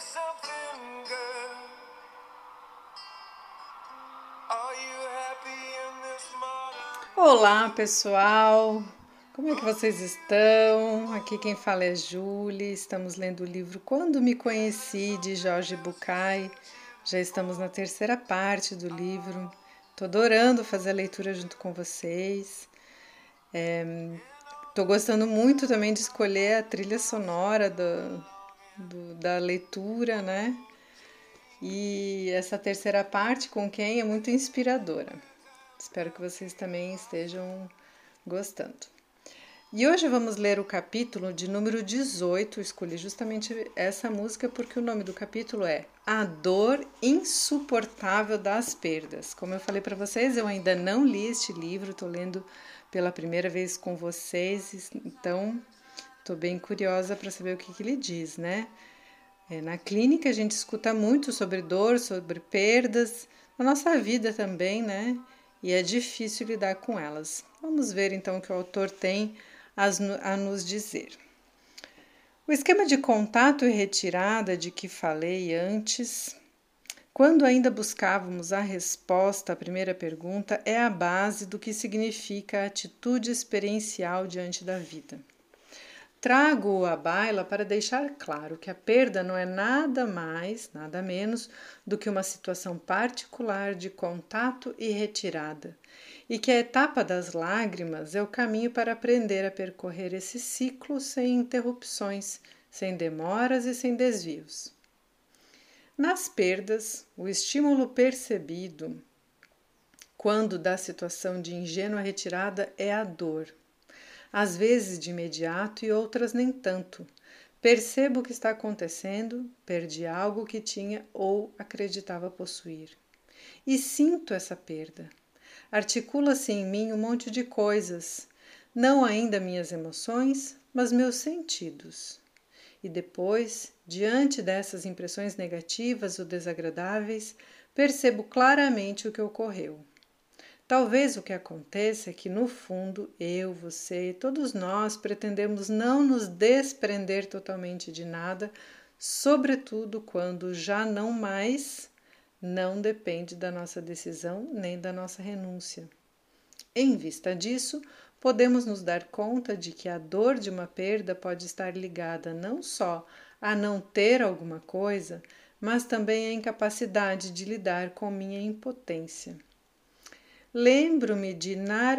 something, girl. Are you happy in this modern? Olá, pessoal! Como é que vocês estão? Aqui quem fala é Julie. Estamos lendo o livro Quando Me Conheci, de Jorge Bucay. Já estamos na terceira parte do livro. Estou adorando fazer a leitura junto com vocês. Estou gostando muito também de escolher a trilha sonora da leitura, né? E essa terceira parte com quem é muito inspiradora. Espero que vocês também estejam gostando. E hoje vamos ler o capítulo de número 18. Escolhi justamente essa música porque o nome do capítulo é A Dor Insuportável das Perdas. Como eu falei para vocês, eu ainda não li este livro, estou lendo pela primeira vez com vocês, então estou bem curiosa para saber o que ele diz, né? Na clínica a gente escuta muito sobre dor, sobre perdas, na nossa vida também, né? E é difícil lidar com elas. Vamos ver então o que o autor tem a nos dizer. O esquema de contato e retirada de que falei antes, quando ainda buscávamos a resposta à primeira pergunta, é a base do que significa a atitude experiencial diante da vida. Trago-o à baila para deixar claro que a perda não é nada mais, nada menos do que uma situação particular de contato e retirada, e que a etapa das lágrimas é o caminho para aprender a percorrer esse ciclo sem interrupções, sem demoras e sem desvios. Nas perdas, o estímulo percebido quando da situação de ingênua retirada é a dor. Às vezes de imediato e outras nem tanto. Percebo o que está acontecendo, perdi algo que tinha ou acreditava possuir. E sinto essa perda. Articula-se em mim um monte de coisas, não ainda minhas emoções, mas meus sentidos. E depois, diante dessas impressões negativas ou desagradáveis, percebo claramente o que ocorreu. Talvez o que aconteça é que, no fundo, eu, você e todos nós pretendemos não nos desprender totalmente de nada, sobretudo quando já não mais não depende da nossa decisão nem da nossa renúncia. Em vista disso, podemos nos dar conta de que a dor de uma perda pode estar ligada não só a não ter alguma coisa, mas também à incapacidade de lidar com minha impotência. Lembro-me de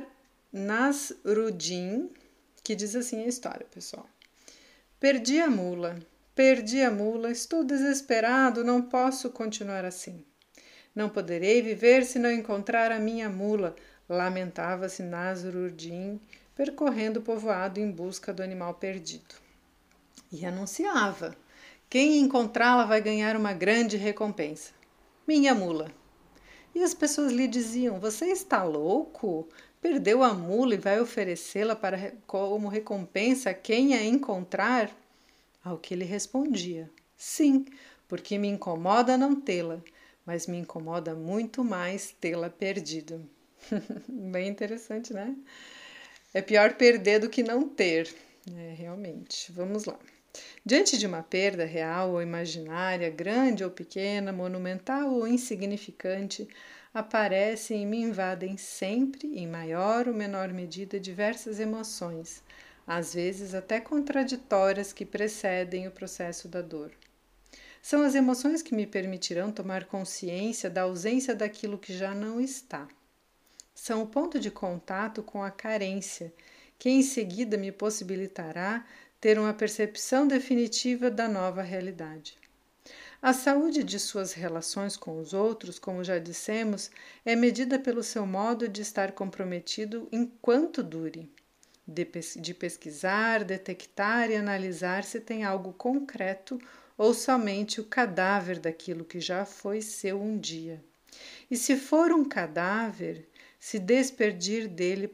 Nasruddin, que diz assim a história, pessoal. Perdi a mula, estou desesperado, não posso continuar assim. Não poderei viver se não encontrar a minha mula, lamentava-se Nasruddin, percorrendo o povoado em busca do animal perdido. E anunciava: quem encontrá-la vai ganhar uma grande recompensa. Minha mula. E as pessoas lhe diziam: você está louco? Perdeu a mula e vai oferecê-la como recompensa a quem a encontrar? Ao que ele respondia: sim, porque me incomoda não tê-la, mas me incomoda muito mais tê-la perdido. Bem interessante, né? É pior perder do que não ter. Realmente. Vamos lá. Diante de uma perda real ou imaginária, grande ou pequena, monumental ou insignificante, aparecem e me invadem sempre, em maior ou menor medida, diversas emoções, às vezes até contraditórias, que precedem o processo da dor. São as emoções que me permitirão tomar consciência da ausência daquilo que já não está. São o ponto de contato com a carência, que em seguida me possibilitará ter uma percepção definitiva da nova realidade. A saúde de suas relações com os outros, como já dissemos, é medida pelo seu modo de estar comprometido enquanto dure, de pesquisar, detectar e analisar se tem algo concreto ou somente o cadáver daquilo que já foi seu um dia. E se for um cadáver, se despedir dele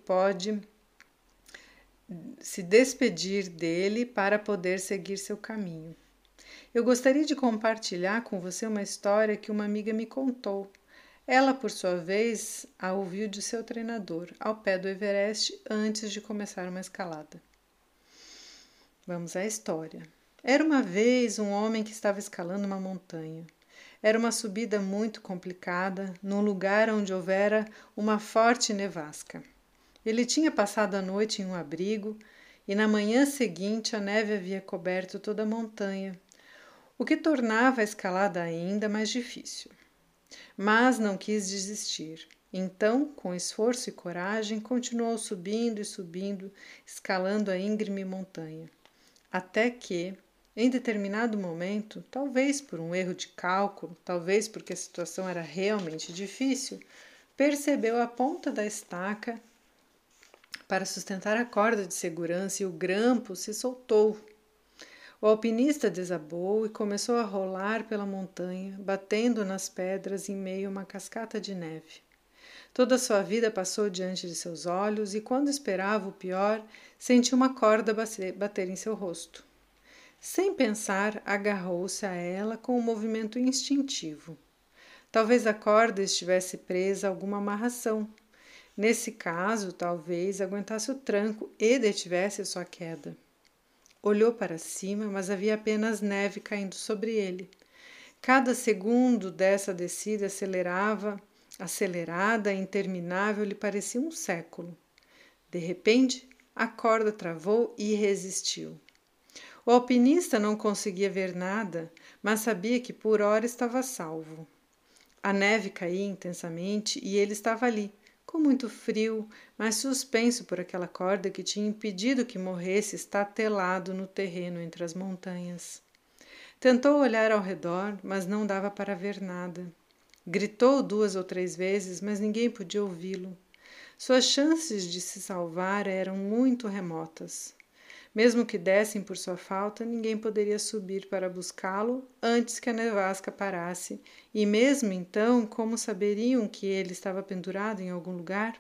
para poder seguir seu caminho. Eu gostaria de compartilhar com você uma história que uma amiga me contou. Ela, por sua vez, a ouviu de seu treinador, ao pé do Everest, antes de começar uma escalada. Vamos à história. Era uma vez um homem que estava escalando uma montanha. Era uma subida muito complicada, num lugar onde houvera uma forte nevasca. Ele tinha passado a noite em um abrigo e na manhã seguinte a neve havia coberto toda a montanha, o que tornava a escalada ainda mais difícil. Mas não quis desistir. Então, com esforço e coragem, continuou subindo e subindo, escalando a íngreme montanha. Até que, em determinado momento, talvez por um erro de cálculo, talvez porque a situação era realmente difícil, percebeu a ponta da estaca para sustentar a corda de segurança e o grampo se soltou. O alpinista desabou e começou a rolar pela montanha, batendo nas pedras em meio a uma cascata de neve. Toda a sua vida passou diante de seus olhos e, quando esperava o pior, sentiu uma corda bater em seu rosto. Sem pensar, agarrou-se a ela com um movimento instintivo. Talvez a corda estivesse presa a alguma amarração. Nesse caso, talvez aguentasse o tranco e detivesse sua queda. Olhou para cima, mas havia apenas neve caindo sobre ele. Cada segundo dessa descida acelerada e interminável, lhe parecia um século. De repente, a corda travou e resistiu. O alpinista não conseguia ver nada, mas sabia que por hora estava salvo. A neve caía intensamente e ele estava ali, com muito frio, mas suspenso por aquela corda que tinha impedido que morresse estatelado no terreno entre as montanhas. Tentou olhar ao redor, mas não dava para ver nada. Gritou 2 ou 3 vezes, mas ninguém podia ouvi-lo. Suas chances de se salvar eram muito remotas. Mesmo que dessem por sua falta, ninguém poderia subir para buscá-lo antes que a nevasca parasse, e mesmo então, como saberiam que ele estava pendurado em algum lugar?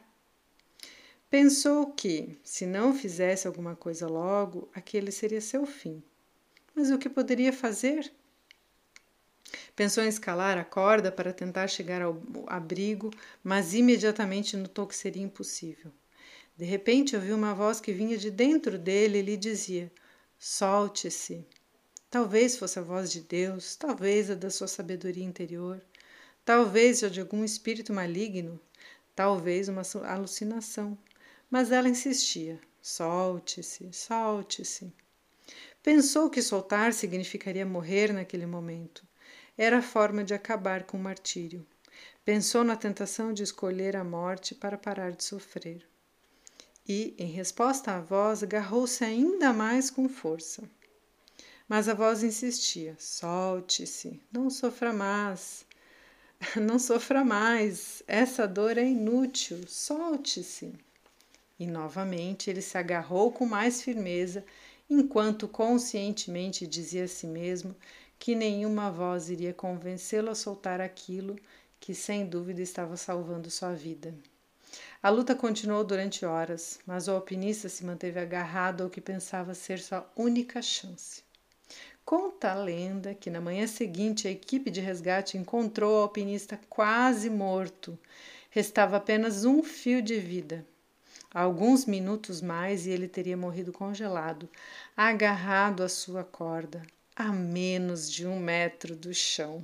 Pensou que, se não fizesse alguma coisa logo, aquele seria seu fim. Mas o que poderia fazer? Pensou em escalar a corda para tentar chegar ao abrigo, mas imediatamente notou que seria impossível. De repente ouviu uma voz que vinha de dentro dele e lhe dizia: solte-se. Talvez fosse a voz de Deus, talvez a da sua sabedoria interior, talvez a de algum espírito maligno, talvez uma alucinação. Mas ela insistia: solte-se, solte-se. Pensou que soltar significaria morrer naquele momento. Era a forma de acabar com o martírio. Pensou na tentação de escolher a morte para parar de sofrer. E, em resposta à voz, agarrou-se ainda mais com força. Mas a voz insistia: solte-se, não sofra mais, não sofra mais, essa dor é inútil, solte-se. E novamente ele se agarrou com mais firmeza, enquanto conscientemente dizia a si mesmo que nenhuma voz iria convencê-lo a soltar aquilo que sem dúvida estava salvando sua vida. A luta continuou durante horas, mas o alpinista se manteve agarrado ao que pensava ser sua única chance. Conta a lenda que na manhã seguinte a equipe de resgate encontrou o alpinista quase morto. Restava apenas um fio de vida. Alguns minutos mais e ele teria morrido congelado, agarrado à sua corda, a menos de 1 metro do chão.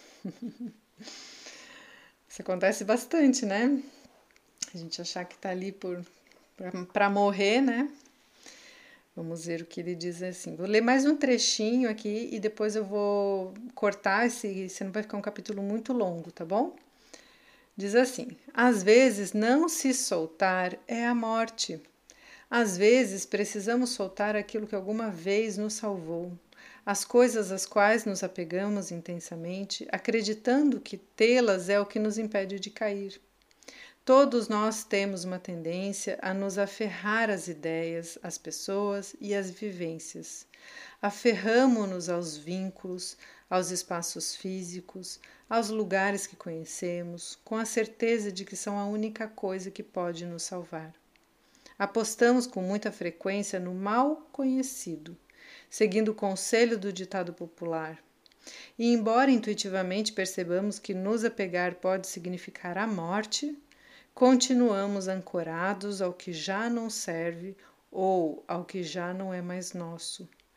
Isso acontece bastante, né? A gente achar que tá ali para morrer, né? Vamos ver o que ele diz assim. Vou ler mais um trechinho aqui e depois eu vou cortar senão vai ficar um capítulo muito longo, tá bom? Diz assim: às vezes não se soltar é a morte. Às vezes precisamos soltar aquilo que alguma vez nos salvou, as coisas às quais nos apegamos intensamente, acreditando que tê-las é o que nos impede de cair. Todos nós temos uma tendência a nos aferrar às ideias, às pessoas e às vivências. Aferramo-nos aos vínculos, aos espaços físicos, aos lugares que conhecemos, com a certeza de que são a única coisa que pode nos salvar. Apostamos com muita frequência no mal conhecido, seguindo o conselho do ditado popular. E embora intuitivamente percebamos que nos apegar pode significar a morte, continuamos ancorados ao que já não serve ou ao que já não é mais nosso.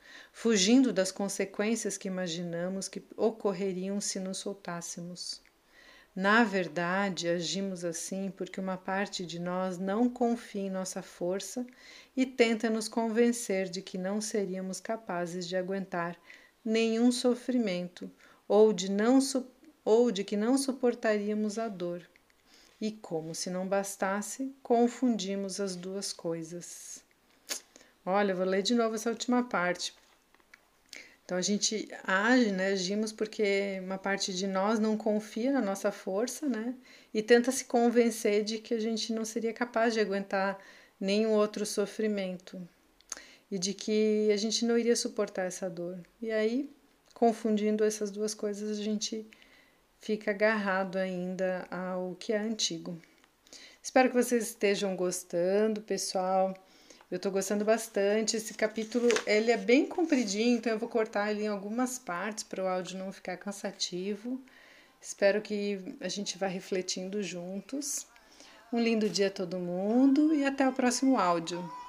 fugindo das consequências que imaginamos que ocorreriam se nos soltássemos. Na verdade, agimos assim porque uma parte de nós não confia em nossa força e tenta nos convencer de que não seríamos capazes de aguentar nenhum sofrimento ou de que não suportaríamos a dor. E como se não bastasse, confundimos as duas coisas. Olha, eu vou ler de novo essa última parte. Então a gente age, né? Agimos porque uma parte de nós não confia na nossa força, né? E tenta se convencer de que a gente não seria capaz de aguentar nenhum outro sofrimento e de que a gente não iria suportar essa dor. E aí, confundindo essas duas coisas, a gente fica agarrado ainda ao que é antigo. Espero que vocês estejam gostando, pessoal. Eu estou gostando bastante. Esse capítulo ele é bem compridinho, então eu vou cortar ele em algumas partes para o áudio não ficar cansativo. Espero que a gente vá refletindo juntos. Um lindo dia a todo mundo e até o próximo áudio.